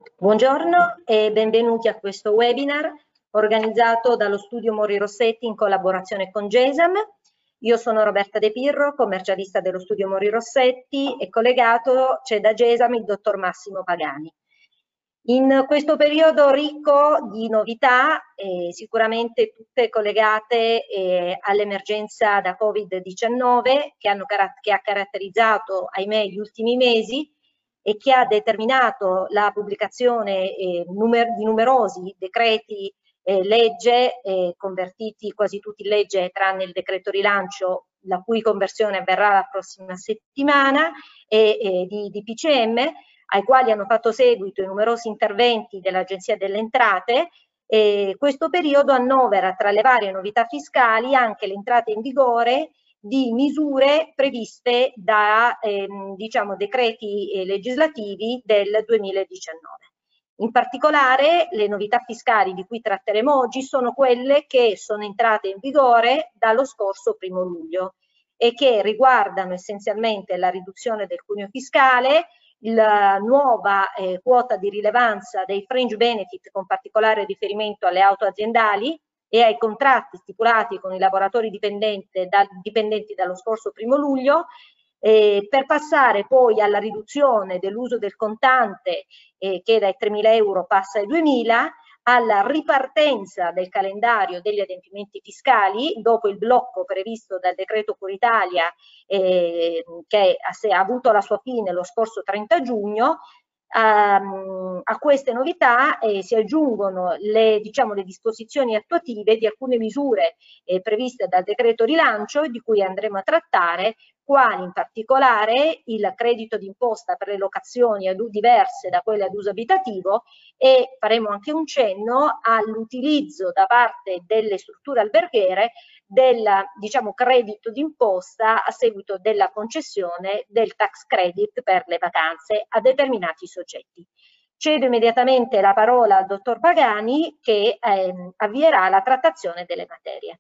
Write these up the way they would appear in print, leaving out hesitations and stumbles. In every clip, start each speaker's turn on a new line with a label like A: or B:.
A: Buongiorno e benvenuti a questo webinar organizzato dallo studio Mori Rossetti in collaborazione con GESAM. Io sono Roberta De Pirro, commercialista dello studio Mori Rossetti e collegato c'è da GESAM il dottor Massimo Pagani. In questo periodo ricco di novità, sicuramente tutte collegate all'emergenza da Covid-19 che ha caratterizzato, ahimè, gli ultimi mesi e che ha determinato la pubblicazione di numerosi decreti legge, convertiti quasi tutti in legge tranne il decreto rilancio, la cui conversione avverrà la prossima settimana, e di DPCM, ai quali hanno fatto seguito i numerosi interventi dell'Agenzia delle Entrate. Questo periodo annovera tra le varie novità fiscali anche l'entrata in vigore di misure previste da diciamo, decreti legislativi del 2019. In particolare le novità fiscali di cui tratteremo oggi sono quelle che sono entrate in vigore dallo scorso 1° luglio e che riguardano essenzialmente la riduzione del cuneo fiscale, la nuova quota di rilevanza dei fringe benefit con particolare riferimento alle auto aziendali e ai contratti stipulati con i lavoratori dipendenti dallo scorso 1° luglio, per passare poi alla riduzione dell'uso del contante che dai 3.000 euro passa ai 2.000, alla ripartenza del calendario degli adempimenti fiscali dopo il blocco previsto dal decreto Cura Italia che ha avuto la sua fine lo scorso 30 giugno. A queste novità si aggiungono le disposizioni attuative di alcune misure previste dal decreto rilancio di cui andremo a trattare, quali in particolare il credito d'imposta per le locazioni diverse da quelle ad uso abitativo, e faremo anche un cenno all'utilizzo da parte delle strutture alberghiere del credito d'imposta a seguito della concessione del tax credit per le vacanze a determinati soggetti. Cedo immediatamente la parola al dottor Pagani che avvierà la trattazione delle materie.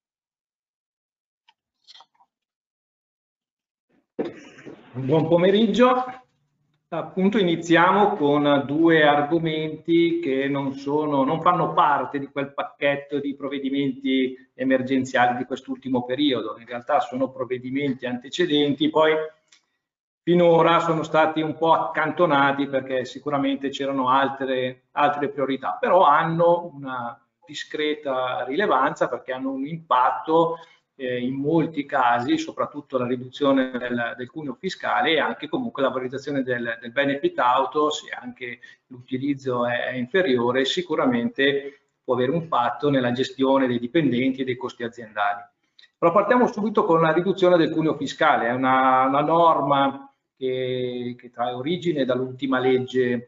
B: Buon pomeriggio. Appunto iniziamo con due argomenti che non fanno parte di quel pacchetto di provvedimenti emergenziali di quest'ultimo periodo. In realtà sono provvedimenti antecedenti, poi finora sono stati un po' accantonati perché sicuramente c'erano altre priorità, però hanno una discreta rilevanza perché hanno un impatto in molti casi, soprattutto la riduzione del cuneo fiscale e anche comunque la valorizzazione del benefit auto, se anche l'utilizzo è inferiore, sicuramente può avere un impatto nella gestione dei dipendenti e dei costi aziendali. Però partiamo subito con la riduzione del cuneo fiscale, è una norma che trae origine dall'ultima legge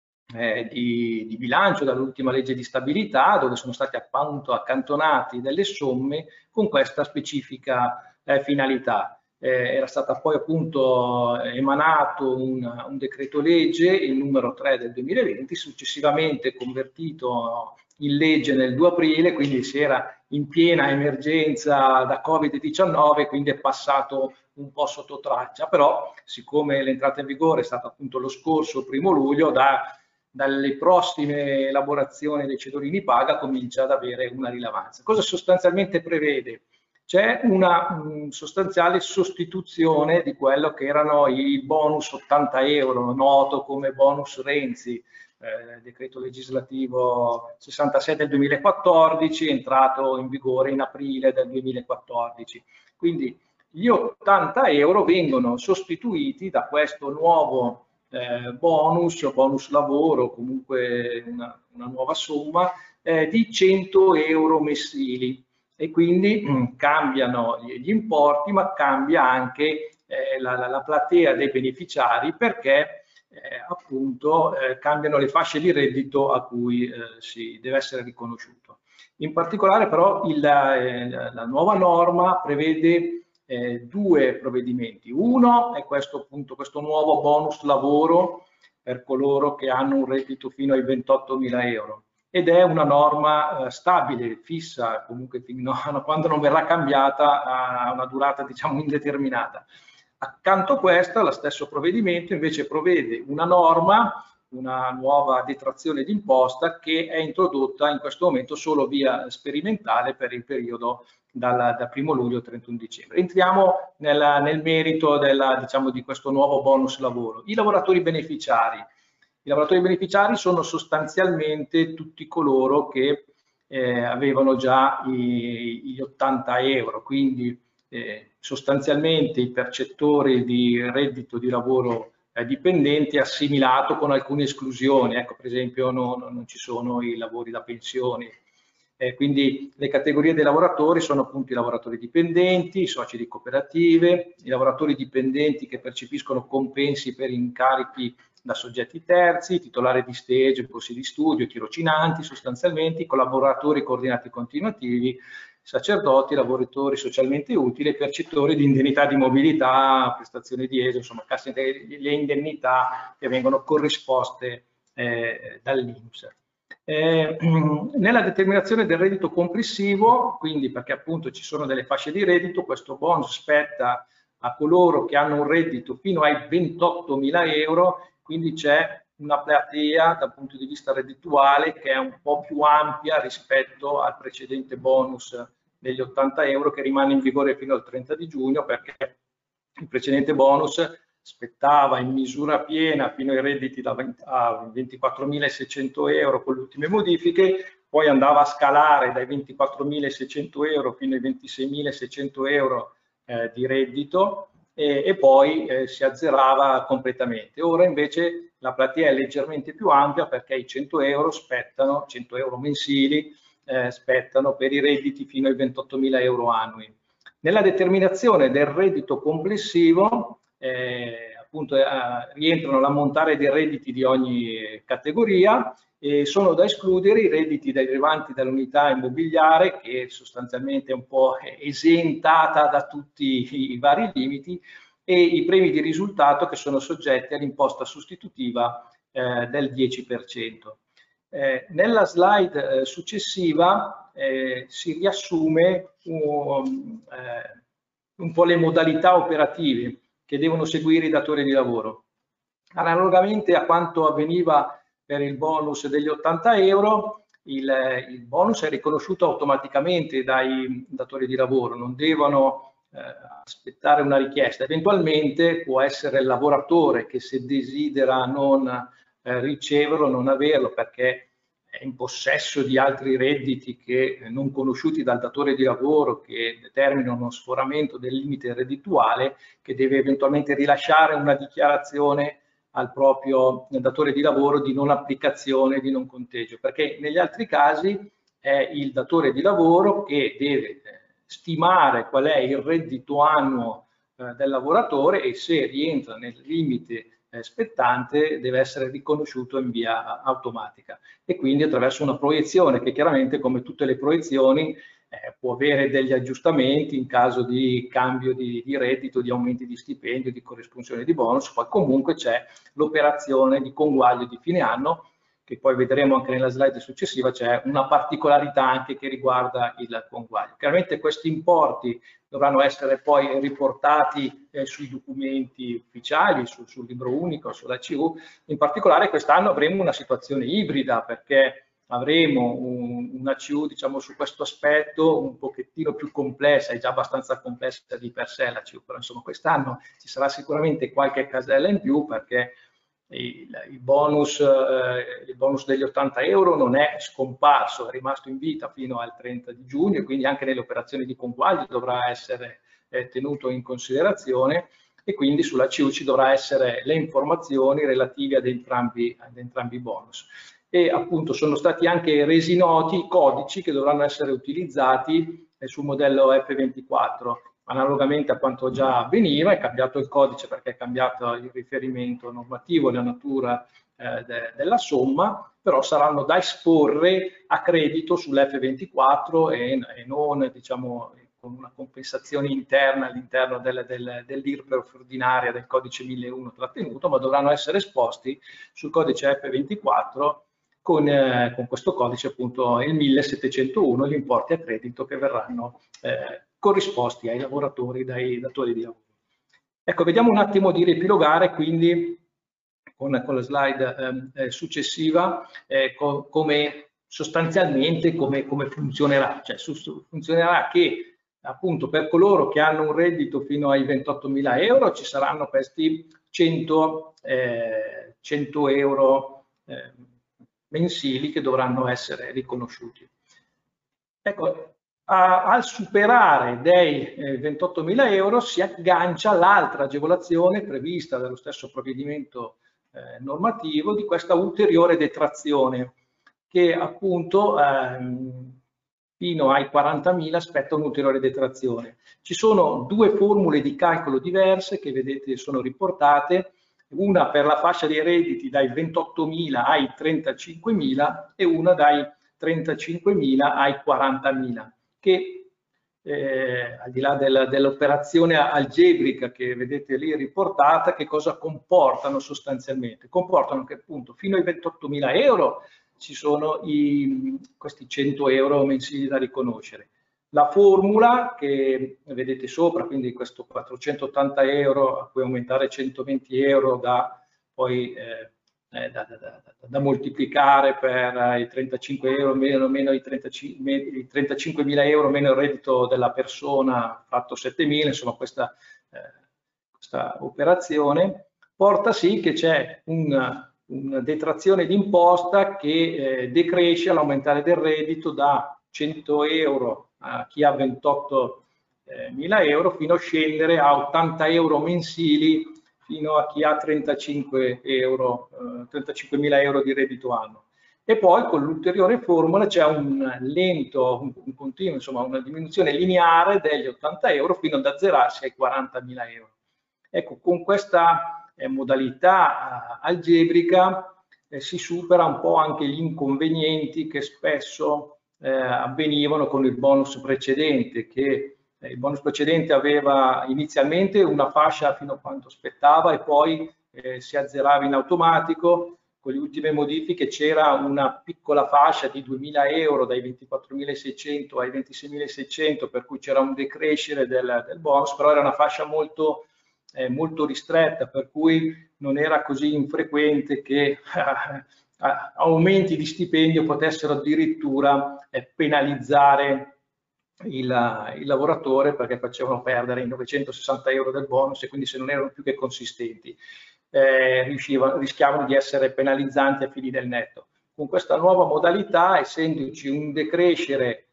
B: di bilancio, dall'ultima legge di stabilità, dove sono state appunto accantonate delle somme con questa specifica finalità. Era stata poi appunto emanato un decreto legge, il numero 3 del 2020, successivamente convertito in legge nel 2 aprile, quindi si era in piena emergenza da Covid-19, quindi è passato un po' sotto traccia, però siccome l'entrata in vigore è stata appunto lo scorso 1° luglio, dalle prossime elaborazioni dei cedorini paga comincia ad avere una rilevanza. Cosa sostanzialmente prevede? C'è una sostanziale sostituzione di quello che erano i bonus 80 euro, noto come bonus Renzi, decreto legislativo 66 del 2014, entrato in vigore in aprile del 2014. Quindi gli 80 euro vengono sostituiti da questo nuovo bonus lavoro, comunque una nuova somma di 100 euro mensili, e quindi cambiano gli importi, ma cambia anche la platea dei beneficiari, perché appunto cambiano le fasce di reddito a cui si deve essere riconosciuto. In particolare però la nuova norma prevede due provvedimenti. Uno è questo nuovo bonus lavoro per coloro che hanno un reddito fino ai 28.000 euro, ed è una norma stabile, fissa, comunque fino a quando non verrà cambiata a una durata diciamo indeterminata. Accanto a questa, lo stesso provvedimento invece prevede una norma una nuova detrazione d'imposta che è introdotta in questo momento solo via sperimentale per il periodo dal 1° luglio al 31 dicembre. Entriamo nel merito diciamo, di questo nuovo bonus lavoro. I lavoratori beneficiari. I lavoratori beneficiari sono sostanzialmente tutti coloro che avevano già gli 80 euro, quindi sostanzialmente i percettori di reddito di lavoro dipendenti assimilato con alcune esclusioni, ecco, per esempio non ci sono i lavori da pensioni, quindi le categorie dei lavoratori sono appunto i lavoratori dipendenti, i soci di cooperative, i lavoratori dipendenti che percepiscono compensi per incarichi da soggetti terzi, titolari di stage, corsi di studio, tirocinanti sostanzialmente, collaboratori coordinati continuativi, sacerdoti, lavoratori socialmente utili, percettori di indennità di mobilità, prestazioni di ESO, insomma le indennità che vengono corrisposte dall'INPS. Nella determinazione del reddito complessivo, quindi perché appunto ci sono delle fasce di reddito, questo bonus spetta a coloro che hanno un reddito fino ai 28.000 euro, quindi c'è una platea dal punto di vista reddituale che è un po' più ampia rispetto al precedente bonus degli 80 euro che rimane in vigore fino al 30 di giugno perché il precedente bonus spettava in misura piena fino ai redditi a 24.600 euro con le ultime modifiche, poi andava a scalare dai 24.600 euro fino ai 26.600 euro di reddito e poi si azzerava completamente. Ora invece la platea è leggermente più ampia perché i 100 euro spettano, 100 euro mensili, spettano per i redditi fino ai 28.000 euro annui. Nella determinazione del reddito complessivo appunto rientrano l'ammontare dei redditi di ogni categoria e sono da escludere i redditi derivanti dall'unità immobiliare che sostanzialmente è un po' esentata da tutti i vari limiti e i premi di risultato che sono soggetti all'imposta sostitutiva del 10%. Nella slide successiva si riassume un po' le modalità operative che devono seguire i datori di lavoro. Analogamente a quanto avveniva per il bonus degli 80 euro, il bonus è riconosciuto automaticamente dai datori di lavoro, non devono aspettare una richiesta. Eventualmente può essere il lavoratore che se desidera non riceverlo, non averlo perché è in possesso di altri redditi che non conosciuti dal datore di lavoro che determinano uno sforamento del limite reddituale, che deve eventualmente rilasciare una dichiarazione al proprio datore di lavoro di non applicazione, di non conteggio, perché negli altri casi è il datore di lavoro che deve stimare qual è il reddito annuo del lavoratore e se rientra nel limite spettante deve essere riconosciuto in via automatica e quindi attraverso una proiezione che chiaramente come tutte le proiezioni può avere degli aggiustamenti in caso di cambio di reddito, di aumenti di stipendio, di corresponsione di bonus, poi comunque c'è l'operazione di conguaglio di fine anno che poi vedremo anche nella slide successiva, c'è una particolarità anche che riguarda il conguaglio. Chiaramente questi importi dovranno essere poi riportati sui documenti ufficiali, sul libro unico, sulla CU. In particolare quest'anno avremo una situazione ibrida perché avremo una CU diciamo, su questo aspetto un pochettino più complessa, è già abbastanza complessa di per sé la CU, però insomma quest'anno ci sarà sicuramente qualche casella in più perché il bonus degli 80 euro non è scomparso, è rimasto in vita fino al 30 di giugno e quindi anche nelle operazioni di conguaglio dovrà essere tenuto in considerazione e quindi sulla CU ci dovrà essere le informazioni relative ad entrambi i bonus. E appunto sono stati anche resi noti i codici che dovranno essere utilizzati sul modello F24. Analogamente a quanto già avveniva, è cambiato il codice perché è cambiato il riferimento normativo e la natura della somma, però saranno da esporre a credito sull'F24 e non diciamo, con una compensazione interna all'interno dell'IRPEF ordinaria del codice 1001 trattenuto, ma dovranno essere esposti sul codice F24 con questo codice appunto il 1701, gli importi a credito che verranno corrisposti ai lavoratori dai datori di lavoro. Ecco, vediamo un attimo di riepilogare quindi con la slide successiva sostanzialmente come funzionerà. Cioè, funzionerà che appunto per coloro che hanno un reddito fino ai 28.000 euro ci saranno questi 100 euro mensili che dovranno essere riconosciuti. Ecco, al superare dei 28.000 euro si aggancia l'altra agevolazione prevista dallo stesso provvedimento normativo di questa ulteriore detrazione che appunto fino ai 40.000 aspetta un'ulteriore detrazione. Ci sono due formule di calcolo diverse che vedete sono riportate, una per la fascia dei redditi dai 28.000 ai 35.000 e una dai 35.000 ai 40.000, che al di là dell'operazione algebrica che vedete lì riportata, che cosa comportano sostanzialmente? Comportano che appunto fino ai 28.000 euro ci sono questi 100 euro mensili da riconoscere. La formula che vedete sopra, quindi questo 480 euro a cui aumentare 120 euro da moltiplicare per i 35 euro meno i 35.000 euro meno il reddito della persona fatto 7.000, insomma questa operazione porta sì che c'è una detrazione d'imposta che decresce all'aumentare del reddito da 100 euro a chi ha 28.000 euro fino a scendere a 80 euro mensili fino a chi ha 35.000 euro di reddito annuo. E poi con l'ulteriore formula c'è un continuo, insomma una diminuzione lineare degli 80 euro fino ad azzerarsi ai 40.000 euro. Ecco, con questa modalità algebrica si supera un po' anche gli inconvenienti che spesso avvenivano con il bonus precedente, che il bonus precedente aveva inizialmente una fascia fino a quanto spettava e poi si azzerava in automatico. Con le ultime modifiche c'era una piccola fascia di 2.000 euro dai 24.600 ai 26.600, per cui c'era un decrescere del bonus, però era una fascia molto ristretta, per cui non era così infrequente che aumenti di stipendio potessero addirittura penalizzare il lavoratore, perché facevano perdere i 960 euro del bonus e quindi se non erano più che consistenti rischiavano di essere penalizzanti a fini del netto. Con questa nuova modalità, essendoci un decrescere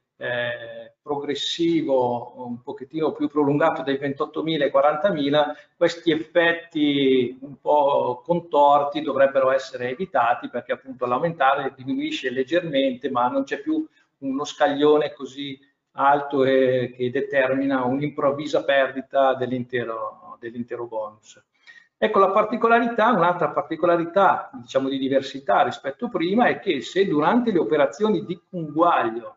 B: progressivo un pochettino più prolungato dai 28.000 ai 40.000, questi effetti un po' contorti dovrebbero essere evitati, perché appunto all'aumentare diminuisce leggermente ma non c'è più uno scaglione così alto che determina un'improvvisa perdita dell'intero bonus. Ecco la particolarità, un'altra particolarità diciamo di diversità rispetto a prima è che se durante le operazioni di conguaglio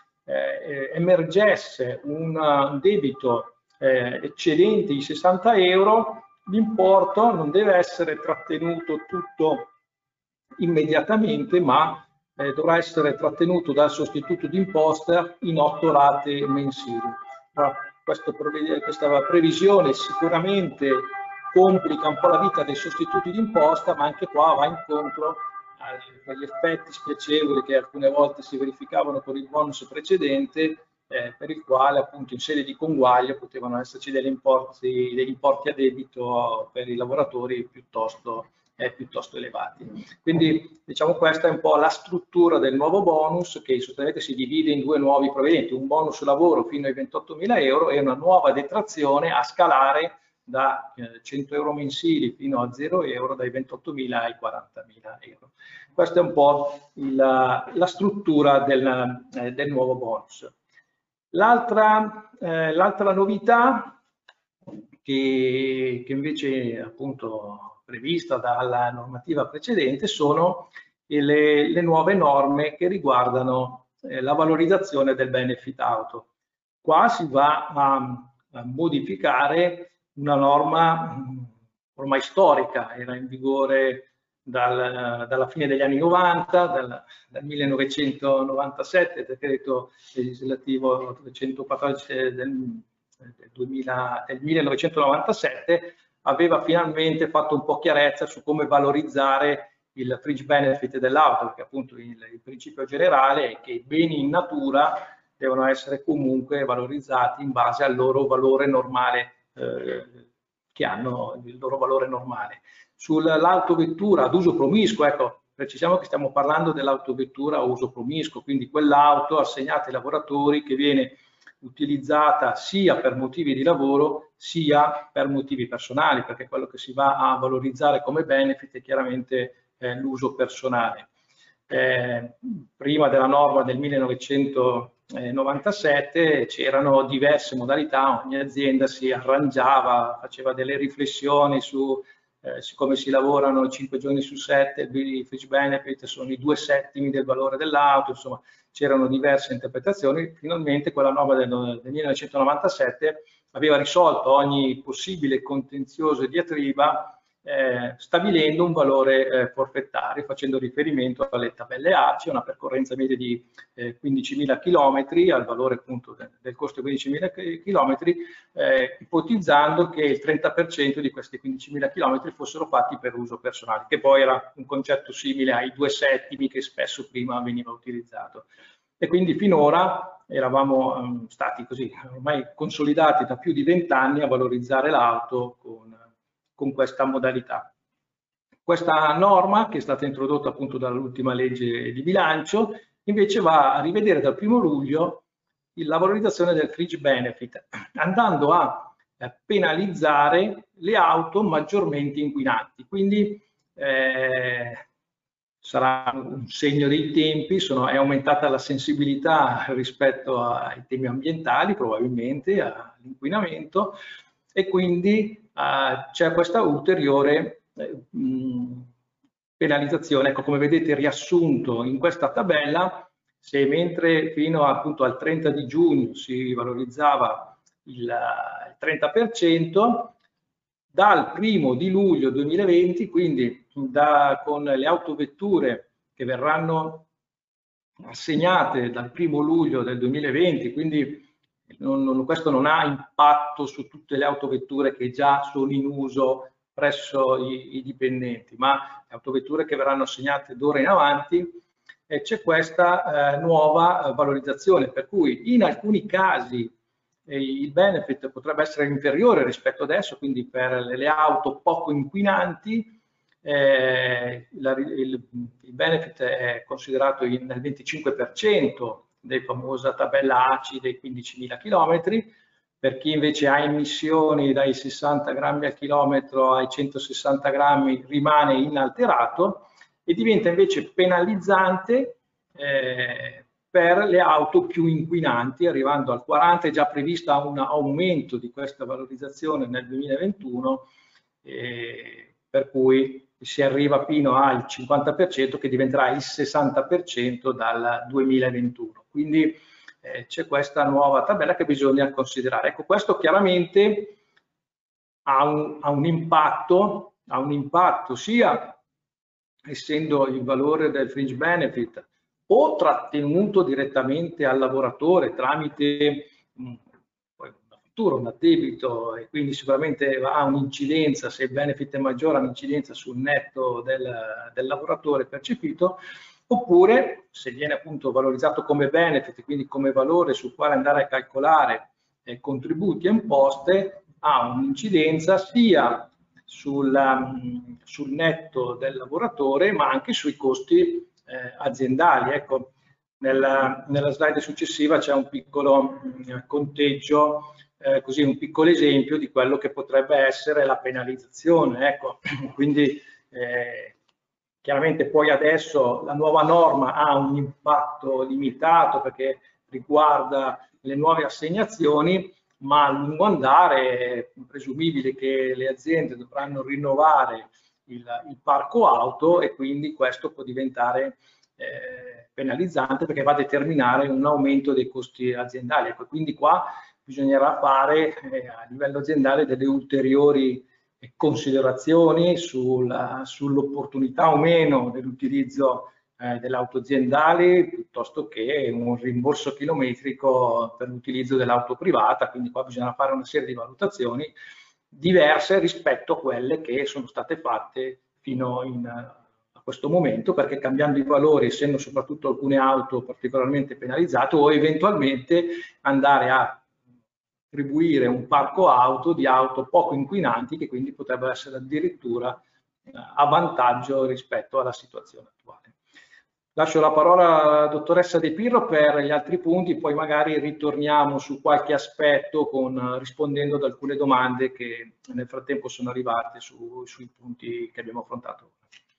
B: emergesse un debito eccedente i 60 euro, l'importo non deve essere trattenuto tutto immediatamente, ma dovrà essere trattenuto dal sostituto d'imposta in 8 rate mensili. Questa previsione sicuramente complica un po' la vita dei sostituti d'imposta, ma anche qua va incontro agli effetti spiacevoli che alcune volte si verificavano con il bonus precedente, per il quale appunto in sede di conguaglio potevano esserci degli importi a debito per i lavoratori piuttosto elevati. Quindi diciamo questa è un po' la struttura del nuovo bonus, che sostanzialmente si divide in due nuovi provvedimenti: un bonus lavoro fino ai 28.000 euro e una nuova detrazione a scalare da 100 euro mensili fino a 0 euro, dai 28.000 ai 40.000 euro. Questa è un po' la struttura del nuovo bonus. L'altra novità che invece appunto prevista dalla normativa precedente sono le nuove norme che riguardano la valorizzazione del benefit auto. Qua si va a modificare una norma ormai storica, era in vigore dalla fine degli anni 90, dal 1997, il decreto legislativo 314 del 1997, aveva finalmente fatto un po' chiarezza su come valorizzare il fringe benefit dell'auto, perché appunto il principio generale è che i beni in natura devono essere comunque valorizzati in base al loro valore normale, che hanno il loro valore normale. Sull'autovettura ad uso promiscuo, ecco, precisiamo che stiamo parlando dell'autovettura a uso promiscuo, quindi quell'auto assegnata ai lavoratori che viene utilizzata sia per motivi di lavoro sia per motivi personali, perché quello che si va a valorizzare come benefit è chiaramente l'uso personale. Prima della norma del 1997 c'erano diverse modalità, ogni azienda si arrangiava, faceva delle riflessioni su siccome si lavorano 5 giorni su 7, il fringe benefit sono i 2/7 del valore dell'auto, insomma c'erano diverse interpretazioni. Finalmente quella norma del 1997 aveva risolto ogni possibile contenzioso e diatriba stabilendo un valore forfettario, facendo riferimento alle tabelle ACI, una percorrenza media di 15.000 km, al valore appunto del costo di 15.000 km, ipotizzando che il 30% di questi 15.000 km fossero fatti per uso personale, che poi era un concetto simile ai 2/7 che spesso prima veniva utilizzato. E quindi finora eravamo stati così ormai consolidati da più di 20 anni a valorizzare l'auto con questa modalità. Questa norma, che è stata introdotta appunto dall'ultima legge di bilancio, invece va a rivedere dal 1° luglio la valorizzazione del fringe benefit, andando a penalizzare le auto maggiormente inquinanti. Quindi sarà un segno dei tempi, è aumentata la sensibilità rispetto ai temi ambientali, probabilmente all'inquinamento, e quindi c'è questa ulteriore penalizzazione. Ecco, come vedete riassunto in questa tabella, se mentre fino appunto al 30 di giugno si valorizzava il 30%, dal 1° di luglio 2020, quindi con le autovetture che verranno assegnate dal 1° luglio del 2020, quindi questo non ha impatto su tutte le autovetture che già sono in uso presso i dipendenti, ma le autovetture che verranno assegnate d'ora in avanti, c'è questa nuova valorizzazione, per cui in alcuni casi il benefit potrebbe essere inferiore rispetto adesso, quindi per le auto poco inquinanti il benefit è considerato nel 25% della famosa tabella ACI dei 15.000 km, per chi invece ha emissioni dai 60 grammi al chilometro ai 160 grammi rimane inalterato e diventa invece penalizzante per le auto più inquinanti, arrivando al 40%, è già prevista un aumento di questa valorizzazione nel 2021, per cui si arriva fino al 50% che diventerà il 60% dal 2021. Quindi c'è questa nuova tabella che bisogna considerare. Ecco, questo chiaramente ha un impatto sia essendo il valore del fringe benefit o trattenuto direttamente al lavoratore tramite un addebito, e quindi sicuramente ha un'incidenza, se il benefit è maggiore, ha un'incidenza sul netto del lavoratore percepito, oppure se viene appunto valorizzato come benefit, quindi come valore sul quale andare a calcolare contributi e imposte, ha un'incidenza sia sul netto del lavoratore ma anche sui costi aziendali. Ecco, nella slide successiva c'è un piccolo conteggio, così un piccolo esempio di quello che potrebbe essere la penalizzazione. Ecco, quindi chiaramente poi adesso la nuova norma ha un impatto limitato perché riguarda le nuove assegnazioni, ma a lungo andare è presumibile che le aziende dovranno rinnovare il parco auto e quindi questo può diventare penalizzante perché va a determinare un aumento dei costi aziendali. Ecco, quindi qua bisognerà fare a livello aziendale delle ulteriori considerazioni sull'opportunità o meno dell'utilizzo delle auto aziendali piuttosto che un rimborso chilometrico per l'utilizzo dell'auto privata. Quindi qua bisogna fare una serie di valutazioni diverse rispetto a quelle che sono state fatte fino a questo momento, perché cambiando i valori, essendo soprattutto alcune auto particolarmente penalizzate, o eventualmente andare a attribuire un parco auto di auto poco inquinanti, che quindi potrebbero essere addirittura a vantaggio rispetto alla situazione attuale. Lascio la parola alla dottoressa De Pirro per gli altri punti, poi magari ritorniamo su qualche aspetto rispondendo ad alcune domande che nel frattempo sono arrivate sui punti che abbiamo affrontato.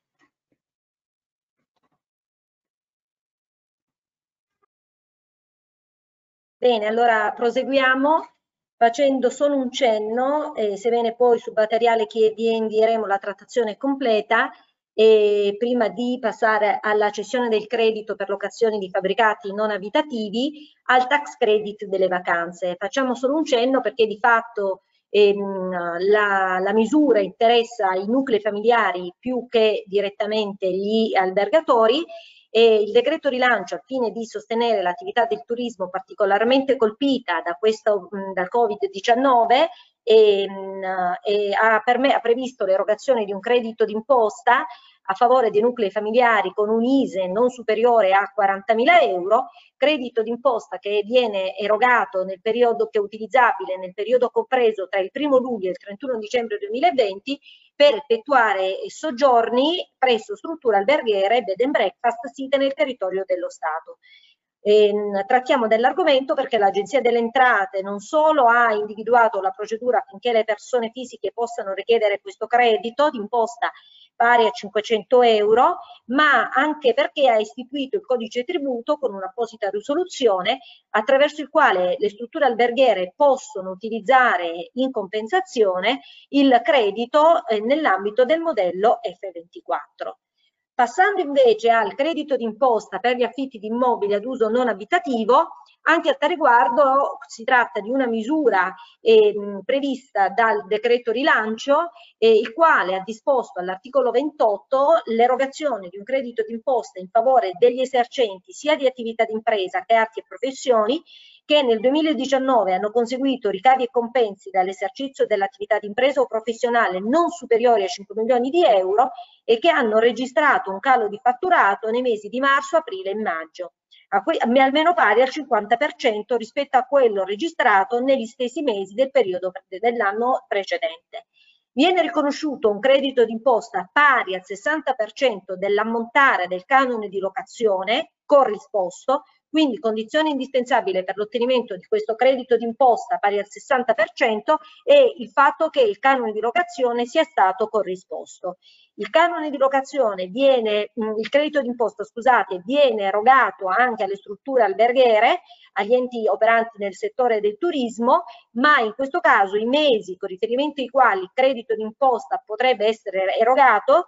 A: Bene, allora proseguiamo facendo solo un cenno, sebbene poi sul materiale che vi invieremo la trattazione completa, prima di passare alla cessione del credito per locazione di fabbricati non abitativi, al tax credit delle vacanze. Facciamo solo un cenno perché di fatto la misura interessa i nuclei familiari più che direttamente gli albergatori. Il decreto rilancio, al fine di sostenere l'attività del turismo particolarmente colpita dal Covid-19, ha previsto l'erogazione di un credito d'imposta a favore dei nuclei familiari con un ISEE non superiore a 40.000 euro, credito d'imposta che viene erogato nel periodo che è utilizzabile nel periodo compreso tra il 1° luglio e il 31 dicembre 2020 per effettuare soggiorni presso strutture alberghiere, bed and breakfast site nel territorio dello Stato. Trattiamo dell'argomento perché l'Agenzia delle Entrate non solo ha individuato la procedura affinché le persone fisiche possano richiedere questo credito d'imposta pari a 500 euro, ma anche perché ha istituito il codice tributo con un'apposita risoluzione attraverso il quale le strutture alberghiere possono utilizzare in compensazione il credito nell'ambito del modello F24. Passando invece al credito d'imposta per gli affitti di immobili ad uso non abitativo, anche a tal riguardo si tratta di una misura prevista dal decreto rilancio, il quale ha disposto all'articolo 28 l'erogazione di un credito d'imposta in favore degli esercenti sia di attività d'impresa che arti e professioni che nel 2019 hanno conseguito ricavi e compensi dall'esercizio dell'attività d'impresa o professionale non superiori a 5 milioni di euro e che hanno registrato un calo di fatturato nei mesi di marzo, aprile e maggio, almeno pari al 50% rispetto a quello registrato negli stessi mesi del periodo dell'anno precedente. Viene riconosciuto un credito d'imposta pari al 60% dell'ammontare del canone di locazione corrisposto, quindi condizione indispensabile per l'ottenimento di questo credito d'imposta pari al 60% è il fatto che il canone di locazione sia stato corrisposto. Il canone di locazione il credito d'imposta, scusate, viene erogato anche alle strutture alberghiere, agli enti operanti nel settore del turismo, ma in questo caso i mesi con riferimento ai quali il credito d'imposta potrebbe essere erogato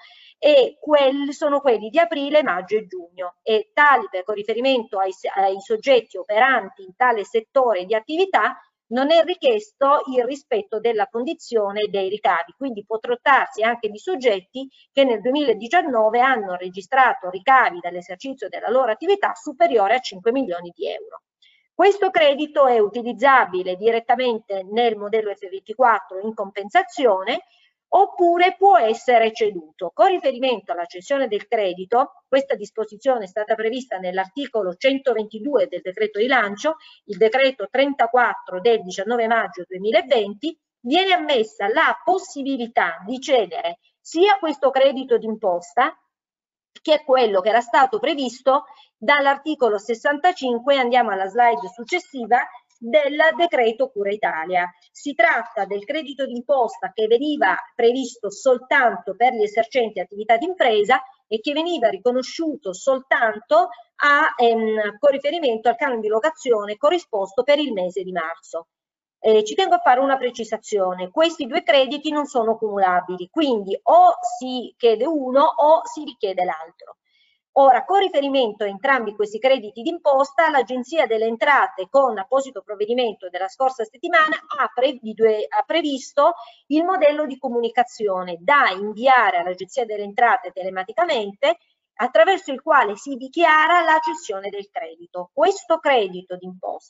A: sono quelli di aprile, maggio e giugno, e tali con riferimento ai soggetti operanti in tale settore di attività non è richiesto il rispetto della condizione dei ricavi, quindi può trattarsi anche di soggetti che nel 2019 hanno registrato ricavi dall'esercizio della loro attività superiore a 5 milioni di euro. Questo credito è utilizzabile direttamente nel modello F24 in compensazione oppure può essere ceduto. Con riferimento alla cessione del credito, questa disposizione è stata prevista nell'articolo 122 del decreto rilancio, il decreto 34 del 19 maggio 2020, viene ammessa la possibilità di cedere sia questo credito d'imposta, che è quello che era stato previsto dall'articolo 65, andiamo alla slide successiva, del decreto Cura Italia. Si tratta del credito d'imposta che veniva previsto soltanto per gli esercenti attività d'impresa e che veniva riconosciuto soltanto con riferimento al canone di locazione corrisposto per il mese di marzo. Ci tengo a fare una precisazione: questi due crediti non sono cumulabili, quindi o si chiede uno o si richiede l'altro. Ora, con riferimento a entrambi questi crediti d'imposta, l'Agenzia delle Entrate, con apposito provvedimento della scorsa settimana, ha previsto il modello di comunicazione da inviare all'Agenzia delle Entrate telematicamente, attraverso il quale si dichiara la cessione del credito. Questo credito d'imposta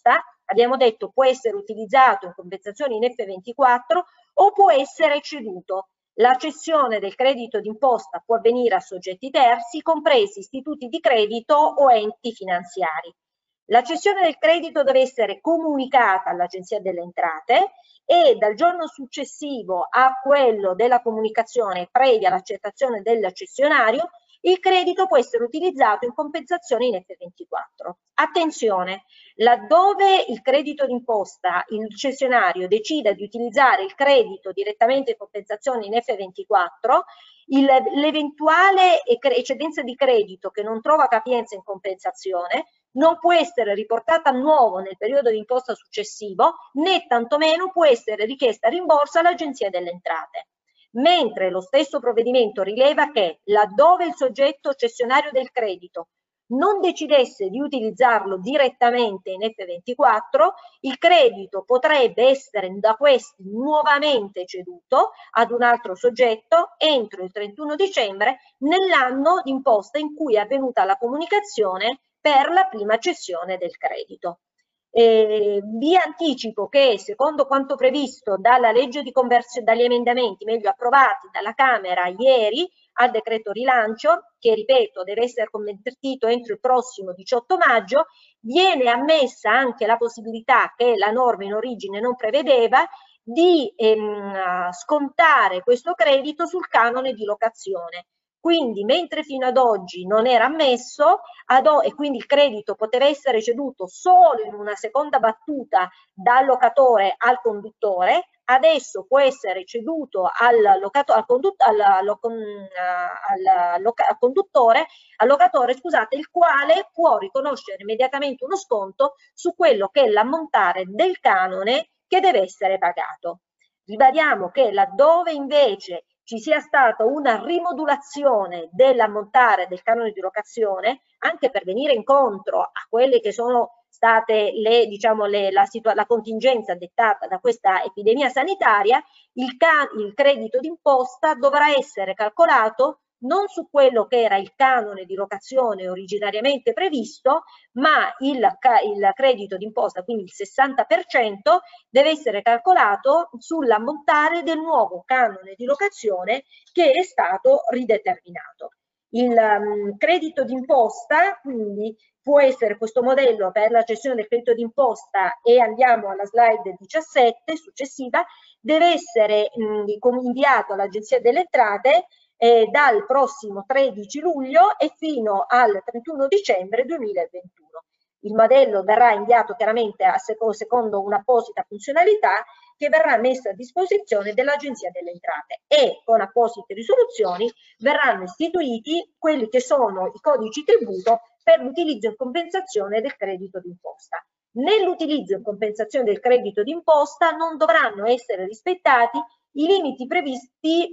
A: abbiamo detto può essere utilizzato in compensazione in F24 o può essere ceduto. La cessione del credito d'imposta può avvenire a soggetti terzi, compresi istituti di credito o enti finanziari. La cessione del credito deve essere comunicata all'Agenzia delle Entrate e dal giorno successivo a quello della comunicazione previa l'accettazione del cessionario, il credito può essere utilizzato in compensazione in F24. Attenzione, laddove il credito d'imposta, il cessionario decida di utilizzare il credito direttamente in compensazione in F24, l'eventuale eccedenza di credito che non trova capienza in compensazione non può essere riportata a nuovo nel periodo di imposta successivo, né tantomeno può essere richiesta rimborso all'Agenzia delle Entrate. Mentre lo stesso provvedimento rileva che laddove il soggetto cessionario del credito non decidesse di utilizzarlo direttamente in F24, il credito potrebbe essere da questi nuovamente ceduto ad un altro soggetto entro il 31 dicembre nell'anno d'imposta in cui è avvenuta la comunicazione per la prima cessione del credito. Vi anticipo che secondo quanto previsto dalla legge di conversione, dagli emendamenti meglio approvati dalla Camera ieri al decreto rilancio, che ripeto deve essere convertito entro il prossimo 18 maggio, viene ammessa anche la possibilità che la norma in origine non prevedeva di scontare questo credito sul canone di locazione. Quindi mentre fino ad oggi non era ammesso e quindi il credito poteva essere ceduto solo in una seconda battuta dal locatore al conduttore, adesso può essere ceduto al locatore, scusate, il quale può riconoscere immediatamente uno sconto su quello che è l'ammontare del canone che deve essere pagato. Ribadiamo che laddove invece ci sia stata una rimodulazione dell'ammontare del canone di locazione, anche per venire incontro a quelle che sono state la contingenza dettata da questa epidemia sanitaria, il credito d'imposta dovrà essere calcolato non su quello che era il canone di locazione originariamente previsto, ma il credito d'imposta, quindi il 60%, deve essere calcolato sull'ammontare del nuovo canone di locazione che è stato rideterminato. Il credito d'imposta, quindi, può essere questo modello per la cessione del credito d'imposta, e andiamo alla slide 17 successiva, deve essere inviato all'Agenzia delle Entrate dal prossimo 13 luglio e fino al 31 dicembre 2021. Il modello verrà inviato chiaramente secondo un'apposita funzionalità che verrà messa a disposizione dell'Agenzia delle Entrate e con apposite risoluzioni verranno istituiti quelli che sono i codici tributo per l'utilizzo in compensazione del credito d'imposta. Nell'utilizzo in compensazione del credito d'imposta non dovranno essere rispettati i limiti previsti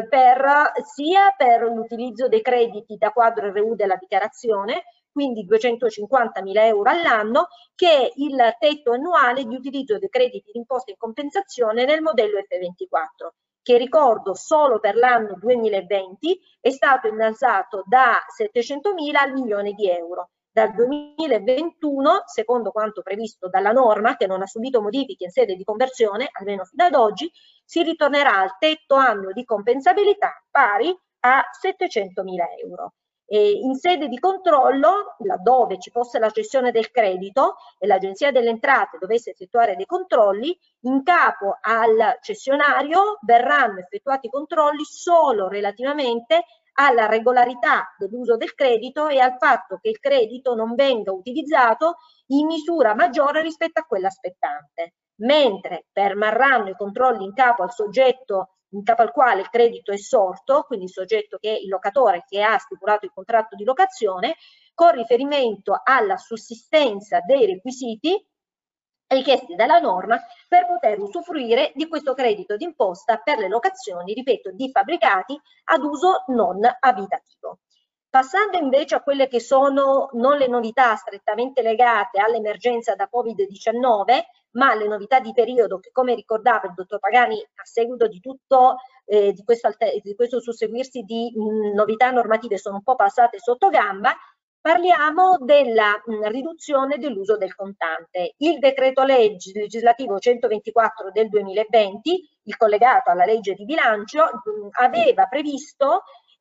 A: sia per l'utilizzo dei crediti da quadro RU della dichiarazione, quindi 250.000 euro all'anno, che il tetto annuale di utilizzo dei crediti d'imposta in compensazione nel modello F24, che ricordo solo per l'anno 2020 è stato innalzato da 700.000 al milione di euro. Dal 2021, secondo quanto previsto dalla norma, che non ha subito modifiche in sede di conversione, almeno fino ad oggi, si ritornerà al tetto annuo di compensabilità pari a 700.000 euro. In sede di controllo, laddove ci fosse la cessione del credito e l'Agenzia delle Entrate dovesse effettuare dei controlli, in capo al cessionario verranno effettuati controlli solo relativamente alla regolarità dell'uso del credito e al fatto che il credito non venga utilizzato in misura maggiore rispetto a quella spettante, mentre permarranno i controlli in capo al soggetto in capo al quale il credito è sorto, quindi il soggetto che è il locatore che ha stipulato il contratto di locazione, con riferimento alla sussistenza dei requisiti richiesti dalla norma per poter usufruire di questo credito d'imposta per le locazioni, ripeto, di fabbricati ad uso non abitativo. Passando invece a quelle che sono non le novità strettamente legate all'emergenza da Covid-19, ma le novità di periodo che, come ricordava il dottor Pagani, a seguito di tutto di questo susseguirsi di novità normative sono un po' passate sotto gamba, Parliamo della riduzione dell'uso del contante. Il decreto legge legislativo 124 del 2020, il collegato alla legge di bilancio, aveva previsto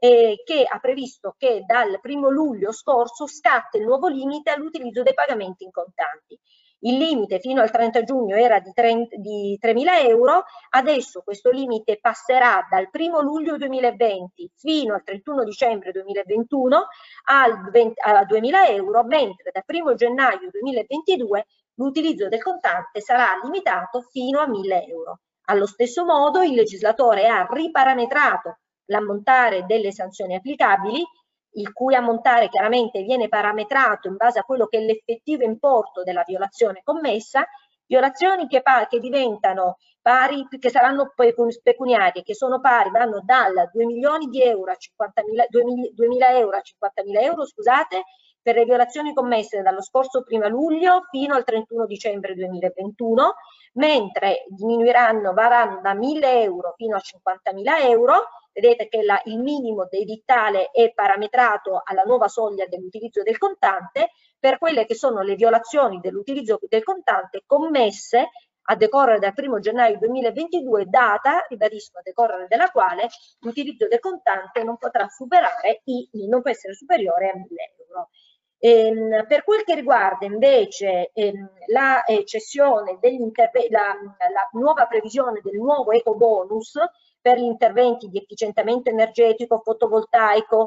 A: che dal 1° luglio scorso scatta il nuovo limite all'utilizzo dei pagamenti in contanti. Il limite fino al 30 giugno era di 3.000 euro, adesso questo limite passerà dal 1° luglio 2020 fino al 31 dicembre 2021 a 2.000 euro, mentre dal 1° gennaio 2022 l'utilizzo del contante sarà limitato fino a 1.000 euro. Allo stesso modo il legislatore ha riparametrato l'ammontare delle sanzioni applicabili, il cui ammontare chiaramente viene parametrato in base a quello che è l'effettivo importo della violazione commessa, violazioni che diventano pari, che saranno pecuniarie, che sono pari, vanno dal 2 milioni di euro a 2.000 euro a 50.000 euro, scusate, per le violazioni commesse dallo scorso 1° luglio fino al 31 dicembre 2021, mentre varranno da 1.000 euro fino a 50.000 euro. Vedete che il minimo edittale è parametrato alla nuova soglia dell'utilizzo del contante per quelle che sono le violazioni dell'utilizzo del contante commesse a decorrere dal 1° gennaio 2022, data, ribadisco, a decorrere della quale l'utilizzo del contante non potrà essere superiore a 1.000 euro. Per quel che riguarda invece la cessione la nuova previsione del nuovo ecobonus per gli interventi di efficientamento energetico, fotovoltaico,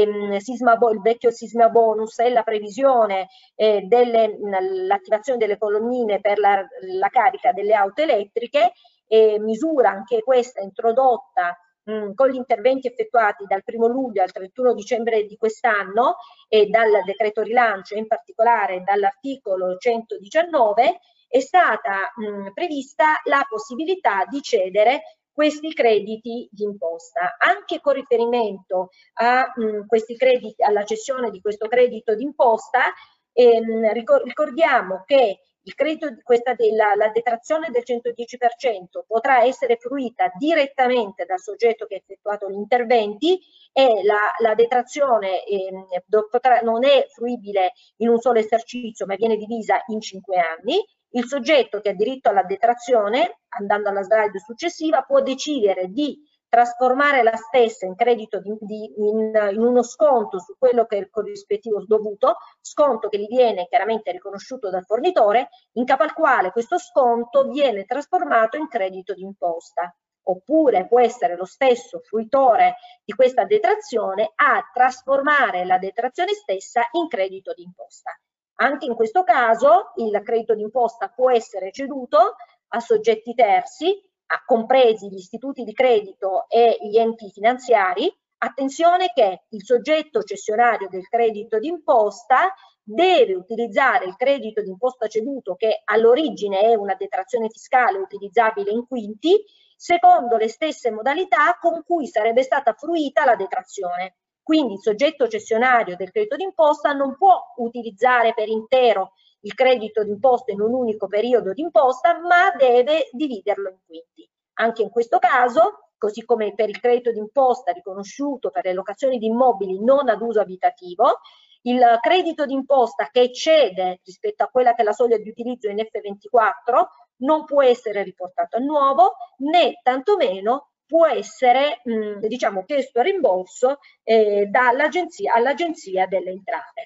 A: il vecchio sisma bonus e la previsione dell'attivazione delle colonnine per la carica delle auto elettriche, misura anche questa introdotta con gli interventi effettuati dal 1° luglio al 31 dicembre di quest'anno e dal decreto rilancio, in particolare dall'articolo 119, è stata prevista la possibilità di cedere questi crediti d'imposta. Anche con riferimento a questi crediti, alla cessione di questo credito d'imposta, ricordiamo che la detrazione del 110% potrà essere fruita direttamente dal soggetto che ha effettuato gli interventi e la detrazione non è fruibile in un solo esercizio, ma viene divisa in 5 anni. Il soggetto che ha diritto alla detrazione, andando alla slide successiva, può decidere di trasformare la stessa in credito in uno sconto su quello che è il corrispettivo dovuto, sconto che gli viene chiaramente riconosciuto dal fornitore, in capo al quale questo sconto viene trasformato in credito d'imposta. Oppure può essere lo stesso fruitore di questa detrazione a trasformare la detrazione stessa in credito d'imposta. Anche in questo caso il credito d'imposta può essere ceduto a soggetti terzi, compresi gli istituti di credito e gli enti finanziari. Attenzione che il soggetto cessionario del credito d'imposta deve utilizzare il credito d'imposta ceduto, che all'origine è una detrazione fiscale utilizzabile in quinti, secondo le stesse modalità con cui sarebbe stata fruita la detrazione. Quindi il soggetto cessionario del credito d'imposta non può utilizzare per intero il credito d'imposta in un unico periodo d'imposta, ma deve dividerlo in quinti. Anche in questo caso, così come per il credito d'imposta riconosciuto per le locazioni di immobili non ad uso abitativo, il credito d'imposta che eccede rispetto a quella che è la soglia di utilizzo in F24 non può essere riportato a nuovo, né tantomeno può essere chiesto a rimborso all'Agenzia delle Entrate.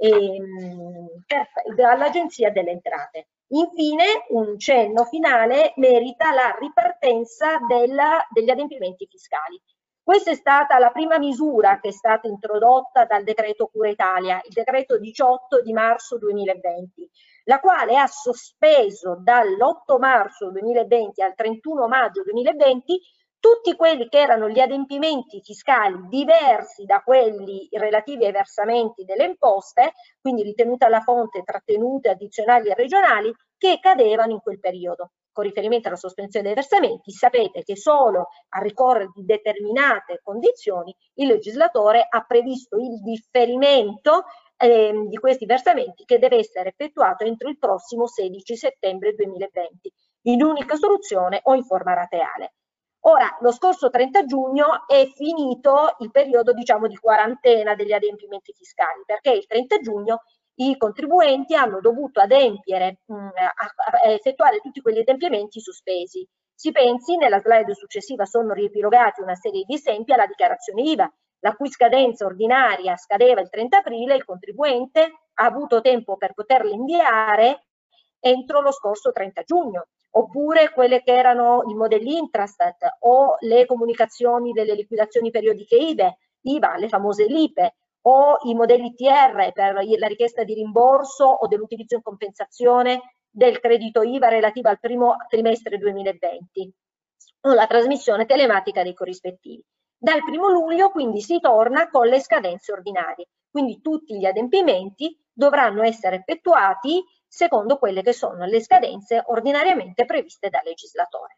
A: Infine, un cenno finale merita la ripartenza degli adempimenti fiscali. Questa è stata la prima misura che è stata introdotta dal decreto Cura Italia, il decreto 18 di marzo 2020, la quale ha sospeso dall'8 marzo 2020 al 31 maggio 2020 tutti quelli che erano gli adempimenti fiscali diversi da quelli relativi ai versamenti delle imposte, quindi ritenuta alla fonte, trattenute addizionali e regionali, che cadevano in quel periodo. Con riferimento alla sospensione dei versamenti, sapete che solo a ricorrere di determinate condizioni il legislatore ha previsto il differimento di questi versamenti, che deve essere effettuato entro il prossimo 16 settembre 2020, in unica soluzione o in forma rateale. Ora, lo scorso 30 giugno è finito il periodo, diciamo, di quarantena degli adempimenti fiscali, perché il 30 giugno i contribuenti hanno dovuto adempiere, a effettuare tutti quegli adempimenti sospesi. Si pensi, nella slide successiva sono riepilogati una serie di esempi alla dichiarazione IVA, la cui scadenza ordinaria scadeva il 30 aprile, il contribuente ha avuto tempo per poterla inviare entro lo scorso 30 giugno, oppure quelle che erano i modelli Intrastat o le comunicazioni delle liquidazioni periodiche IVA, le famose LIPE, o i modelli TR per la richiesta di rimborso o dell'utilizzo in compensazione del credito IVA relativo al primo trimestre 2020, o la trasmissione telematica dei corrispettivi. Dal 1 luglio quindi si torna con le scadenze ordinarie, quindi tutti gli adempimenti dovranno essere effettuati secondo quelle che sono le scadenze ordinariamente previste dal legislatore.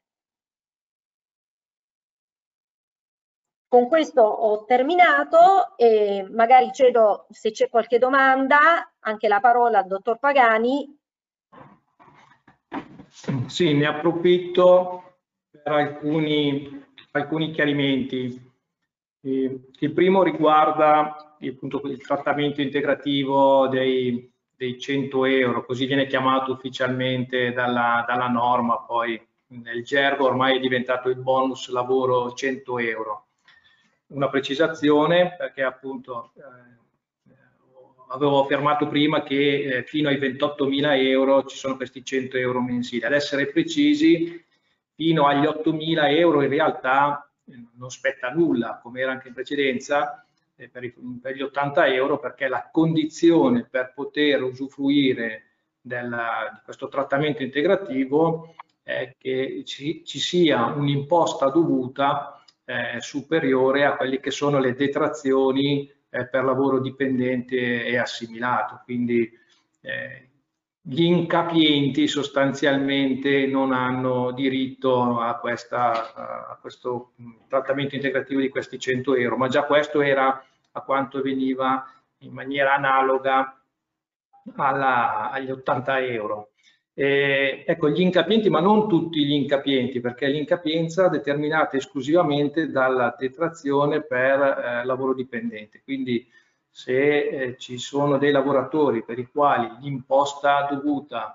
A: Con questo ho terminato e magari cedo, se c'è qualche domanda, anche la parola al dottor Pagani.
B: Sì, ne approfitto per alcuni chiarimenti. Il primo riguarda appunto il trattamento integrativo dei 100 euro, così viene chiamato ufficialmente dalla norma, poi nel gergo ormai è diventato il bonus lavoro 100 euro. Una precisazione, perché appunto avevo affermato prima che fino ai 28.000 euro ci sono questi 100 euro mensili. Ad essere precisi, fino agli 8.000 euro in realtà non spetta nulla, come era anche in precedenza, per gli 80 euro, perché la condizione per poter usufruire di questo trattamento integrativo è che ci sia un'imposta dovuta superiore a quelle che sono le detrazioni per lavoro dipendente e assimilato. Quindi gli incapienti sostanzialmente non hanno diritto a questo trattamento integrativo di questi 100 euro, ma già questo era a quanto veniva in maniera analoga agli 80 euro. Ecco, gli incapienti, ma non tutti gli incapienti, perché l'incapienza è determinata esclusivamente dalla detrazione per lavoro dipendente. Quindi se ci sono dei lavoratori per i quali l'imposta dovuta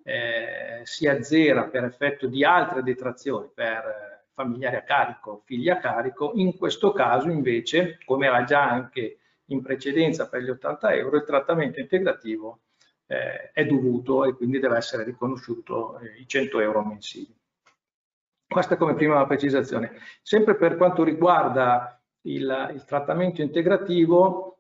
B: si azzera per effetto di altre detrazioni, per familiari a carico, figli a carico, in questo caso invece, come era già anche in precedenza per gli 80 euro, il trattamento integrativo è dovuto e quindi deve essere riconosciuto i 100 euro mensili. Questa come prima precisazione. Sempre per quanto riguarda il trattamento integrativo,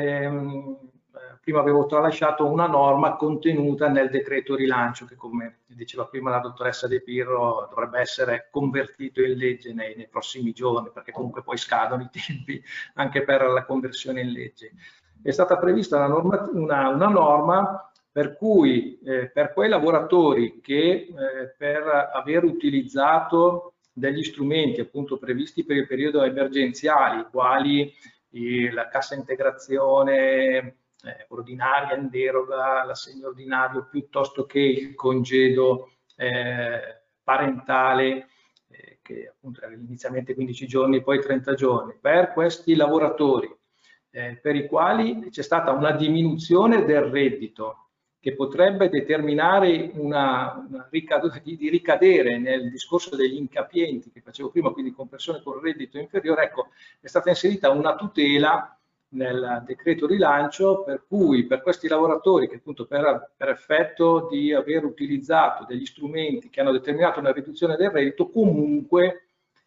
B: prima avevo tralasciato una norma contenuta nel decreto rilancio che, come diceva prima la dottoressa De Pirro, dovrebbe essere convertito in legge nei prossimi giorni, perché comunque poi scadono i tempi anche per la conversione in legge. È stata prevista una norma per cui per quei lavoratori che per aver utilizzato degli strumenti appunto previsti per il periodo emergenziali, quali la cassa integrazione ordinaria in deroga, l'assegno ordinario, piuttosto che il congedo parentale, che appunto era inizialmente 15 giorni, poi 30 giorni. Per questi lavoratori per i quali c'è stata una diminuzione del reddito che potrebbe determinare di ricadere nel discorso degli incapienti che facevo prima, quindi con persone con reddito inferiore, ecco, è stata inserita una tutela nel decreto rilancio per cui per questi lavoratori che appunto per effetto di aver utilizzato degli strumenti che hanno determinato una riduzione del reddito, comunque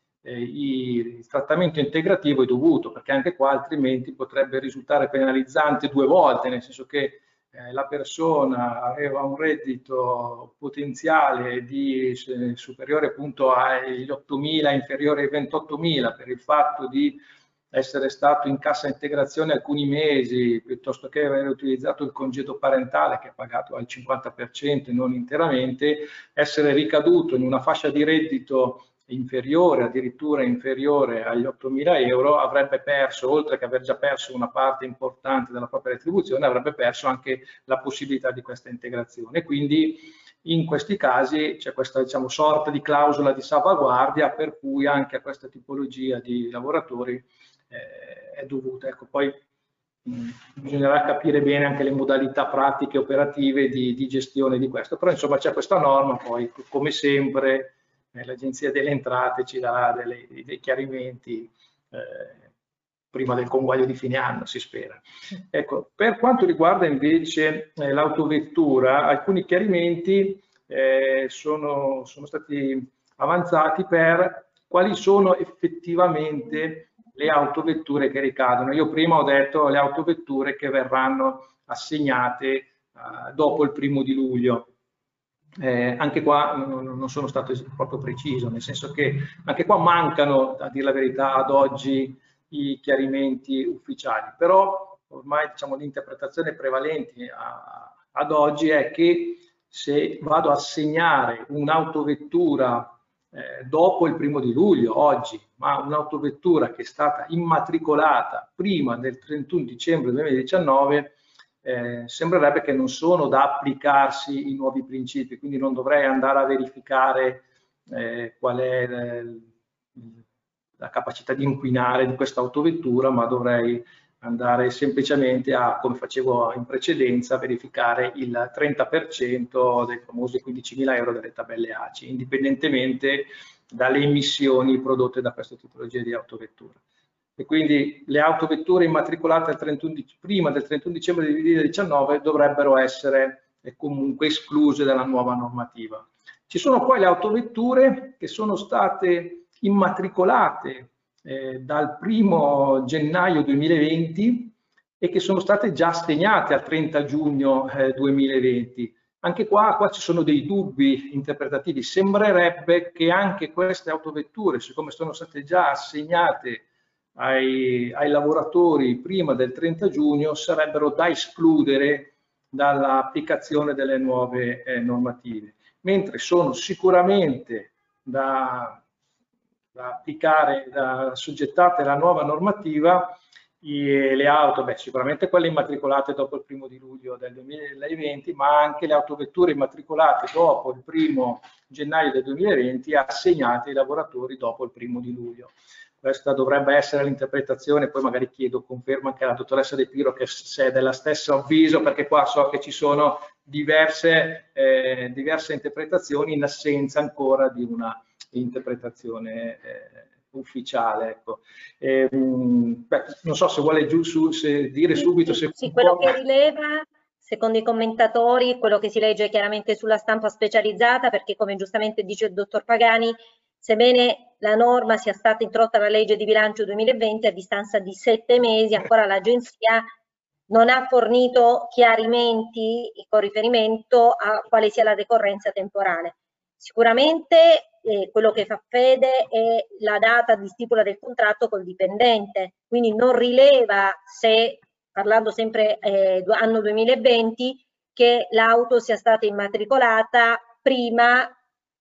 B: il trattamento integrativo è dovuto, perché anche qua altrimenti potrebbe risultare penalizzante due volte, nel senso che la persona aveva un reddito potenziale superiore appunto agli 8.000, inferiore ai 28.000 per il fatto di essere stato in cassa integrazione alcuni mesi, piuttosto che aver utilizzato il congedo parentale che è pagato al 50% e non interamente, essere ricaduto in una fascia di reddito inferiore, addirittura inferiore agli 8.000 euro, avrebbe perso, oltre che aver già perso una parte importante della propria retribuzione, avrebbe perso anche la possibilità di questa integrazione. Quindi in questi casi c'è questa, diciamo, sorta di clausola di salvaguardia per cui anche a questa tipologia di lavoratori è dovuta. Ecco, poi bisognerà capire bene anche le modalità pratiche e operative di gestione di questo, però insomma c'è questa norma, poi come sempre l'Agenzia delle Entrate ci darà dei chiarimenti prima del conguaglio di fine anno, si spera. Ecco, per quanto riguarda invece l'autovettura, alcuni chiarimenti sono stati avanzati per quali sono effettivamente le autovetture che ricadono. Io prima ho detto le autovetture che verranno assegnate dopo il 1° di luglio. Anche qua non sono stato proprio preciso, nel senso che anche qua mancano, a dire la verità, ad oggi i chiarimenti ufficiali, però ormai diciamo, l'interpretazione prevalente ad oggi è che se vado a assegnare un'autovettura dopo il 1° di luglio, oggi, ma un'autovettura che è stata immatricolata prima del 31 dicembre 2019, sembrerebbe che non sono da applicarsi i nuovi principi, quindi non dovrei andare a verificare qual è la capacità di inquinare di questa autovettura, ma dovrei andare semplicemente a, come facevo in precedenza, verificare il 30% dei famosi 15.000 euro delle tabelle ACI, indipendentemente dalle emissioni prodotte da questa tipologia di autovettura. E quindi le autovetture immatricolate prima del 31 dicembre 2019 dovrebbero essere comunque escluse dalla nuova normativa. Ci sono poi le autovetture che sono state immatricolate dal 1° gennaio 2020 e che sono state già assegnate al 30 giugno 2020. Anche qua ci sono dei dubbi interpretativi. Sembrerebbe che anche queste autovetture, siccome sono state già assegnate ai lavoratori prima del 30 giugno, sarebbero da escludere dall'applicazione delle nuove normative, mentre sono sicuramente da applicare, da assoggettate alla nuova normativa le auto, sicuramente quelle immatricolate dopo il 1° di luglio del 2020, ma anche le autovetture immatricolate dopo il 1° gennaio del 2020 assegnate ai lavoratori dopo il 1° di luglio. Questa dovrebbe essere l'interpretazione, poi magari chiedo conferma anche alla dottoressa De Piro che se è dello stesso avviso, perché qua so che ci sono diverse interpretazioni in assenza ancora di una interpretazione ufficiale. Ecco. Non so se vuole dire subito.
A: Sì, quello che rileva, secondo i commentatori, quello che si legge chiaramente sulla stampa specializzata, perché come giustamente dice il dottor Pagani, sebbene la norma sia stata introdotta dalla legge di bilancio 2020, a distanza di 7 mesi ancora l'agenzia non ha fornito chiarimenti con riferimento a quale sia la decorrenza temporale. Sicuramente quello che fa fede è la data di stipula del contratto col dipendente, quindi non rileva se, parlando sempre anno 2020, che l'auto sia stata immatricolata prima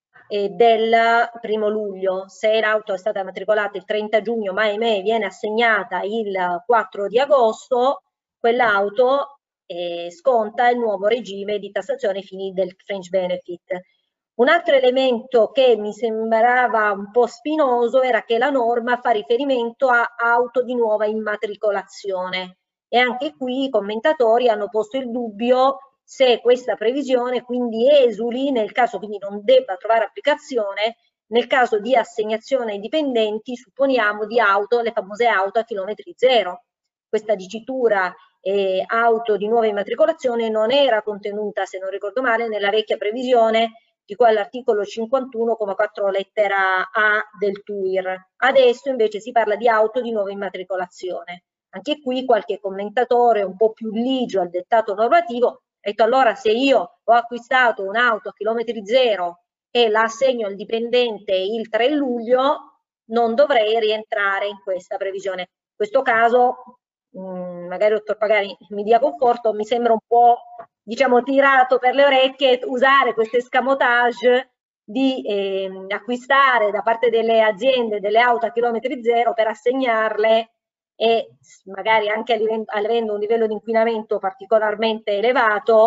A: del 1° luglio. Se l'auto è stata immatricolata il 30 giugno, ma ahimè viene assegnata il 4 di agosto, quell'auto sconta il nuovo regime di tassazione ai fini del fringe benefit. Un altro elemento che mi sembrava un po' spinoso era che la norma fa riferimento a auto di nuova immatricolazione e anche qui i commentatori hanno posto il dubbio se questa previsione quindi esuli, nel caso quindi non debba trovare applicazione, nel caso di assegnazione ai dipendenti, supponiamo, di auto, le famose auto a chilometri zero. Questa dicitura auto di nuova immatricolazione non era contenuta, se non ricordo male, nella vecchia previsione di cui all'articolo 51,4 lettera A del TUIR. Adesso invece si parla di auto di nuova immatricolazione. Anche qui qualche commentatore un po' più ligio al dettato normativo ha detto: allora se io ho acquistato un'auto a chilometri zero e la assegno al dipendente il 3 luglio, non dovrei rientrare in questa previsione. In questo caso, magari il dottor Pagani mi dia conforto, mi sembra un po', diciamo, tirato per le orecchie usare questo escamotage di acquistare da parte delle aziende delle auto a chilometri zero per assegnarle e magari anche avendo un livello di inquinamento particolarmente elevato,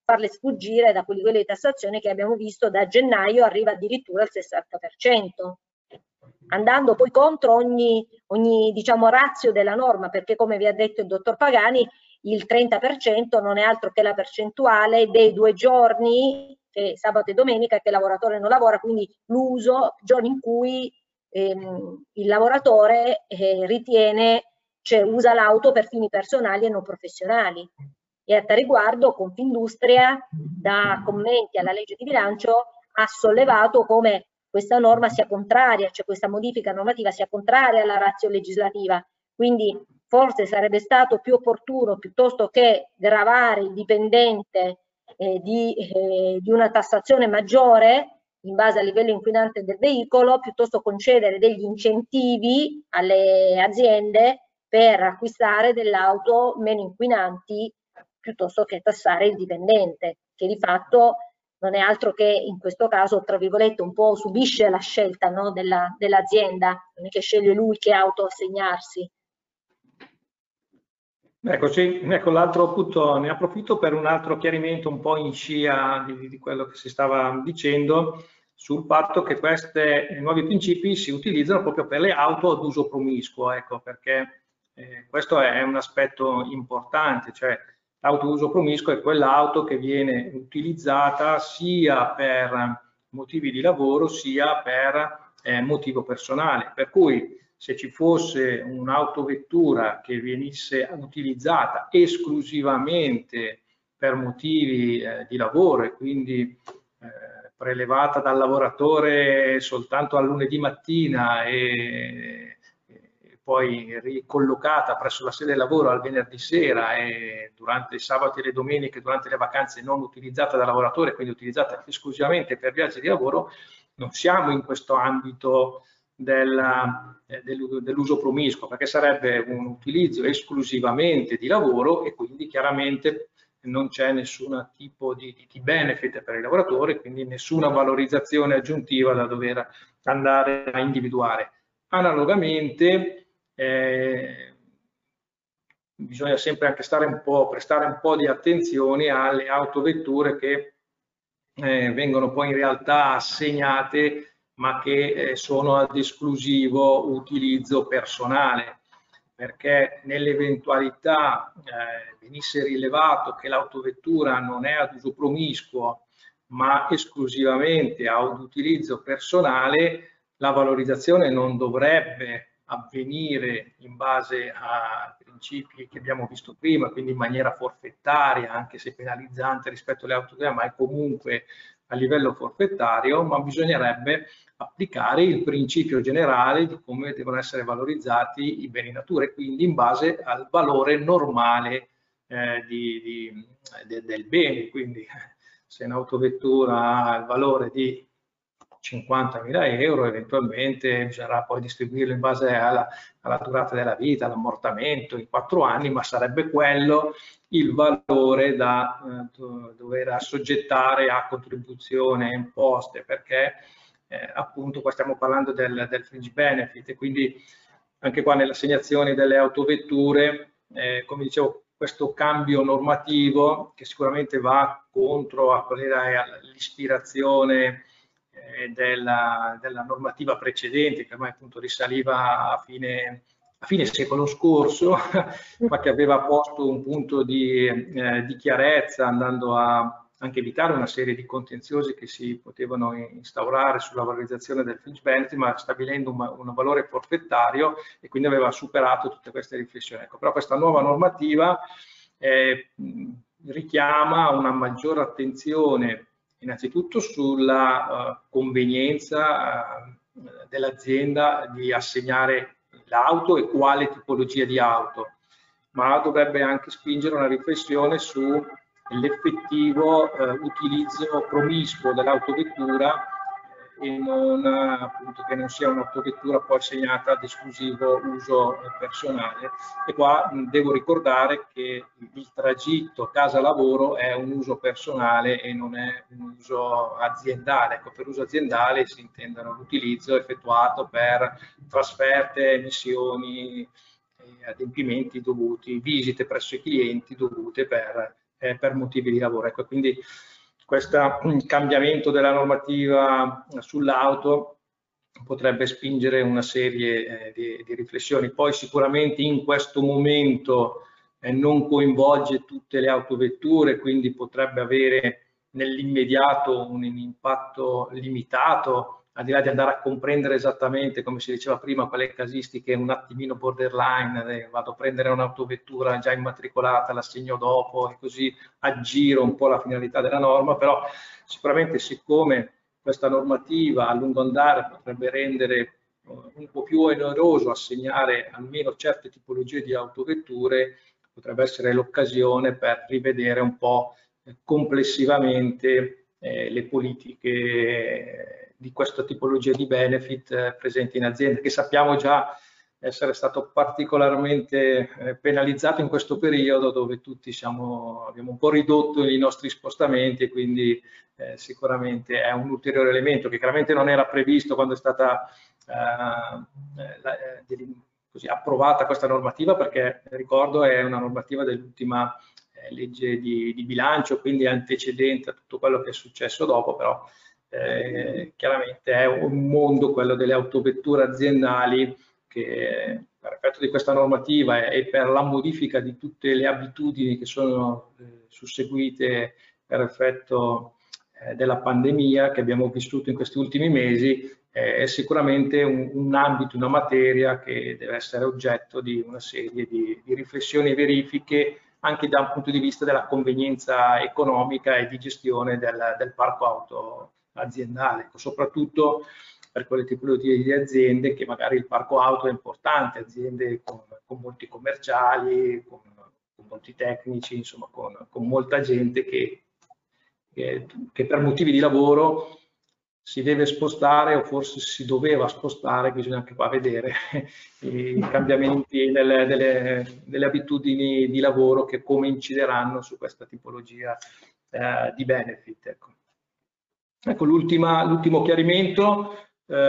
A: farle sfuggire da quel livello di tassazione che abbiamo visto da gennaio arriva addirittura al 60%, andando poi contro ogni diciamo, ratio della norma, perché come vi ha detto il dottor Pagani, il 30% non è altro che la percentuale dei 2 giorni, sabato e domenica, che il lavoratore non lavora, quindi l'uso, giorni in cui il lavoratore ritiene, cioè usa l'auto per fini personali e non professionali. E a tal riguardo Confindustria, da commenti alla legge di bilancio, ha sollevato come questa norma sia contraria, cioè questa modifica normativa sia contraria alla ratio legislativa. Quindi forse sarebbe stato più opportuno, piuttosto che gravare il dipendente di una tassazione maggiore in base al livello inquinante del veicolo, piuttosto concedere degli incentivi alle aziende per acquistare delle auto meno inquinanti, piuttosto che tassare il dipendente, che di fatto non è altro che in questo caso, tra virgolette, un po' subisce la scelta, no, dell'azienda, non è che sceglie lui che auto assegnarsi.
B: Ecco, sì, ecco, l'altro appunto, ne approfitto per un altro chiarimento un po' in scia di quello che si stava dicendo sul fatto che questi nuovi principi si utilizzano proprio per le auto ad uso promiscuo, ecco, perché questo è un aspetto importante, cioè l'auto ad uso promiscuo è quell'auto che viene utilizzata sia per motivi di lavoro sia per motivo personale, per cui se ci fosse un'autovettura che venisse utilizzata esclusivamente per motivi di lavoro e quindi prelevata dal lavoratore soltanto al lunedì mattina e poi ricollocata presso la sede del lavoro al venerdì sera e durante i sabati e le domeniche, durante le vacanze non utilizzata dal lavoratore, quindi utilizzata esclusivamente per viaggi di lavoro, non siamo in questo ambito dell'uso promiscuo, perché sarebbe un utilizzo esclusivamente di lavoro e quindi chiaramente non c'è nessun tipo di benefit per i lavoratori, quindi nessuna valorizzazione aggiuntiva da dover andare a individuare. Analogamente bisogna sempre anche prestare un po' di attenzione alle autovetture che vengono poi in realtà assegnate ma che sono ad esclusivo utilizzo personale, perché nell'eventualità venisse rilevato che l'autovettura non è ad uso promiscuo ma esclusivamente ad utilizzo personale, la valorizzazione non dovrebbe avvenire in base a principi che abbiamo visto prima, quindi in maniera forfettaria, anche se penalizzante rispetto alle auto, ma è comunque a livello forfettario, ma bisognerebbe applicare il principio generale di come devono essere valorizzati i beni natura e quindi in base al valore normale del bene. Quindi se un'autovettura ha il valore di 50.000 euro, eventualmente bisognerà poi distribuirlo in base alla durata della vita, all'ammortamento, in 4 anni, ma sarebbe quello il valore da dover assoggettare a contribuzione e imposte, perché appunto qua stiamo parlando del fringe benefit e quindi anche qua nell'assegnazione delle autovetture, come dicevo, questo cambio normativo che sicuramente va contro a quella è l'ispirazione della normativa precedente, che ormai appunto risaliva a fine secolo scorso, ma che aveva posto un punto di chiarezza, andando a anche evitare una serie di contenziosi che si potevano instaurare sulla valorizzazione del fringe benefit, ma stabilendo un valore forfettario e quindi aveva superato tutte queste riflessioni. Ecco, però questa nuova normativa richiama una maggiore attenzione innanzitutto sulla convenienza dell'azienda di assegnare l'auto e quale tipologia di auto, ma dovrebbe anche spingere una riflessione sull'effettivo utilizzo promiscuo dell'autovettura e non appunto che non sia un'autovettura poi assegnata ad esclusivo uso personale. E qua devo ricordare che il tragitto casa-lavoro è un uso personale e non è un uso aziendale. Ecco, per uso aziendale si intendono l'utilizzo effettuato per trasferte, missioni, adempimenti dovuti, visite presso i clienti dovute per per motivi di lavoro. Ecco, quindi questo cambiamento della normativa sull'auto potrebbe spingere una serie di riflessioni. Poi sicuramente in questo momento non coinvolge tutte le autovetture, quindi potrebbe avere nell'immediato un impatto limitato, al di là di andare a comprendere esattamente, come si diceva prima, quelle casistiche un attimino borderline, vado a prendere un'autovettura già immatricolata, la segno dopo e così aggiro un po' la finalità della norma, però sicuramente siccome questa normativa a lungo andare potrebbe rendere un po' più oneroso assegnare almeno certe tipologie di autovetture, potrebbe essere l'occasione per rivedere un po' complessivamente le politiche di questa tipologia di benefit presenti in azienda, che sappiamo già essere stato particolarmente penalizzato in questo periodo, dove tutti abbiamo un po' ridotto i nostri spostamenti, e quindi sicuramente è un ulteriore elemento che chiaramente non era previsto quando è stata così approvata questa normativa, perché ricordo è una normativa dell'ultima legge di bilancio, quindi è antecedente a tutto quello che è successo dopo, però chiaramente è un mondo, quello delle autovetture aziendali, che per effetto di questa normativa e per la modifica di tutte le abitudini che sono susseguite per effetto della pandemia che abbiamo vissuto in questi ultimi mesi, è sicuramente un ambito, una materia che deve essere oggetto di una serie di riflessioni e verifiche, anche da un punto di vista della convenienza economica e di gestione del parco auto aziendale, soprattutto per quelle tipologie di aziende che magari il parco auto è importante, aziende con molti commerciali, con molti tecnici, insomma con molta gente che per motivi di lavoro si deve spostare, o forse si doveva spostare, bisogna anche qua vedere i cambiamenti delle abitudini di lavoro che come incideranno su questa tipologia di benefit. Ecco l'ultimo chiarimento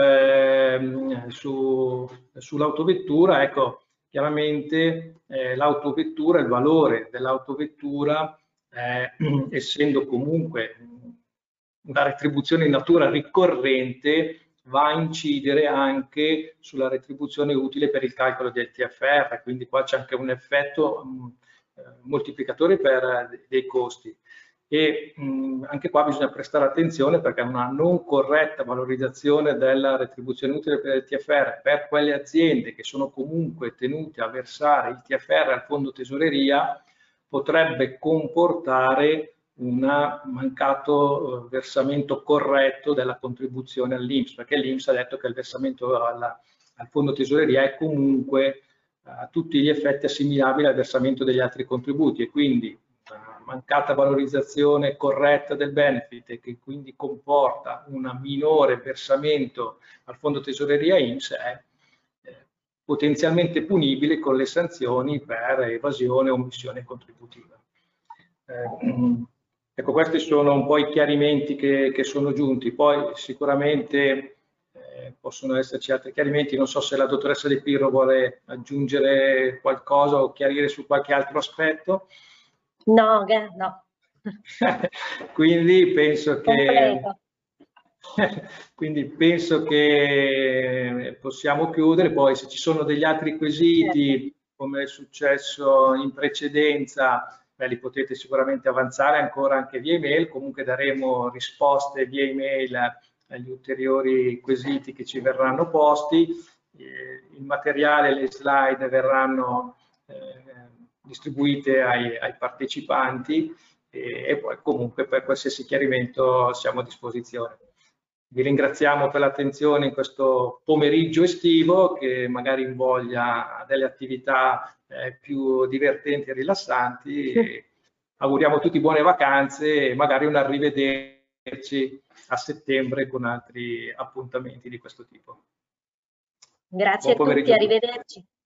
B: sull'autovettura. Ecco, chiaramente l'autovettura, il valore dell'autovettura, essendo comunque una retribuzione in natura ricorrente, va a incidere anche sulla retribuzione utile per il calcolo del TFR, quindi qua c'è anche un effetto moltiplicatore dei costi. E anche qua bisogna prestare attenzione, perché una non corretta valorizzazione della retribuzione utile per il TFR per quelle aziende che sono comunque tenute a versare il TFR al fondo tesoreria potrebbe comportare un mancato versamento corretto della contribuzione all'INPS, perché l'INPS ha detto che il versamento al fondo tesoreria è comunque a tutti gli effetti assimilabile al versamento degli altri contributi, e quindi una mancata valorizzazione corretta del benefit, e che quindi comporta un minore versamento al fondo tesoreria INPS, è potenzialmente punibile con le sanzioni per evasione o omissione contributiva. Ecco, questi sono un po' i chiarimenti che sono giunti. Poi sicuramente possono esserci altri chiarimenti. Non so se la dottoressa De Pirro vuole aggiungere qualcosa o chiarire su qualche altro aspetto.
A: No.
B: Quindi penso che possiamo chiudere. Poi se ci sono degli altri quesiti, come è successo in precedenza, li potete sicuramente avanzare ancora anche via email. Comunque daremo risposte via email agli ulteriori quesiti che ci verranno posti. Il materiale, le slide verranno distribuite ai partecipanti, e poi comunque per qualsiasi chiarimento siamo a disposizione. Vi ringraziamo per l'attenzione in questo pomeriggio estivo, che magari invoglia delle attività più divertenti e rilassanti. E auguriamo a tutti buone vacanze e magari un arrivederci a settembre con altri appuntamenti di questo tipo.
A: Grazie a tutti, arrivederci.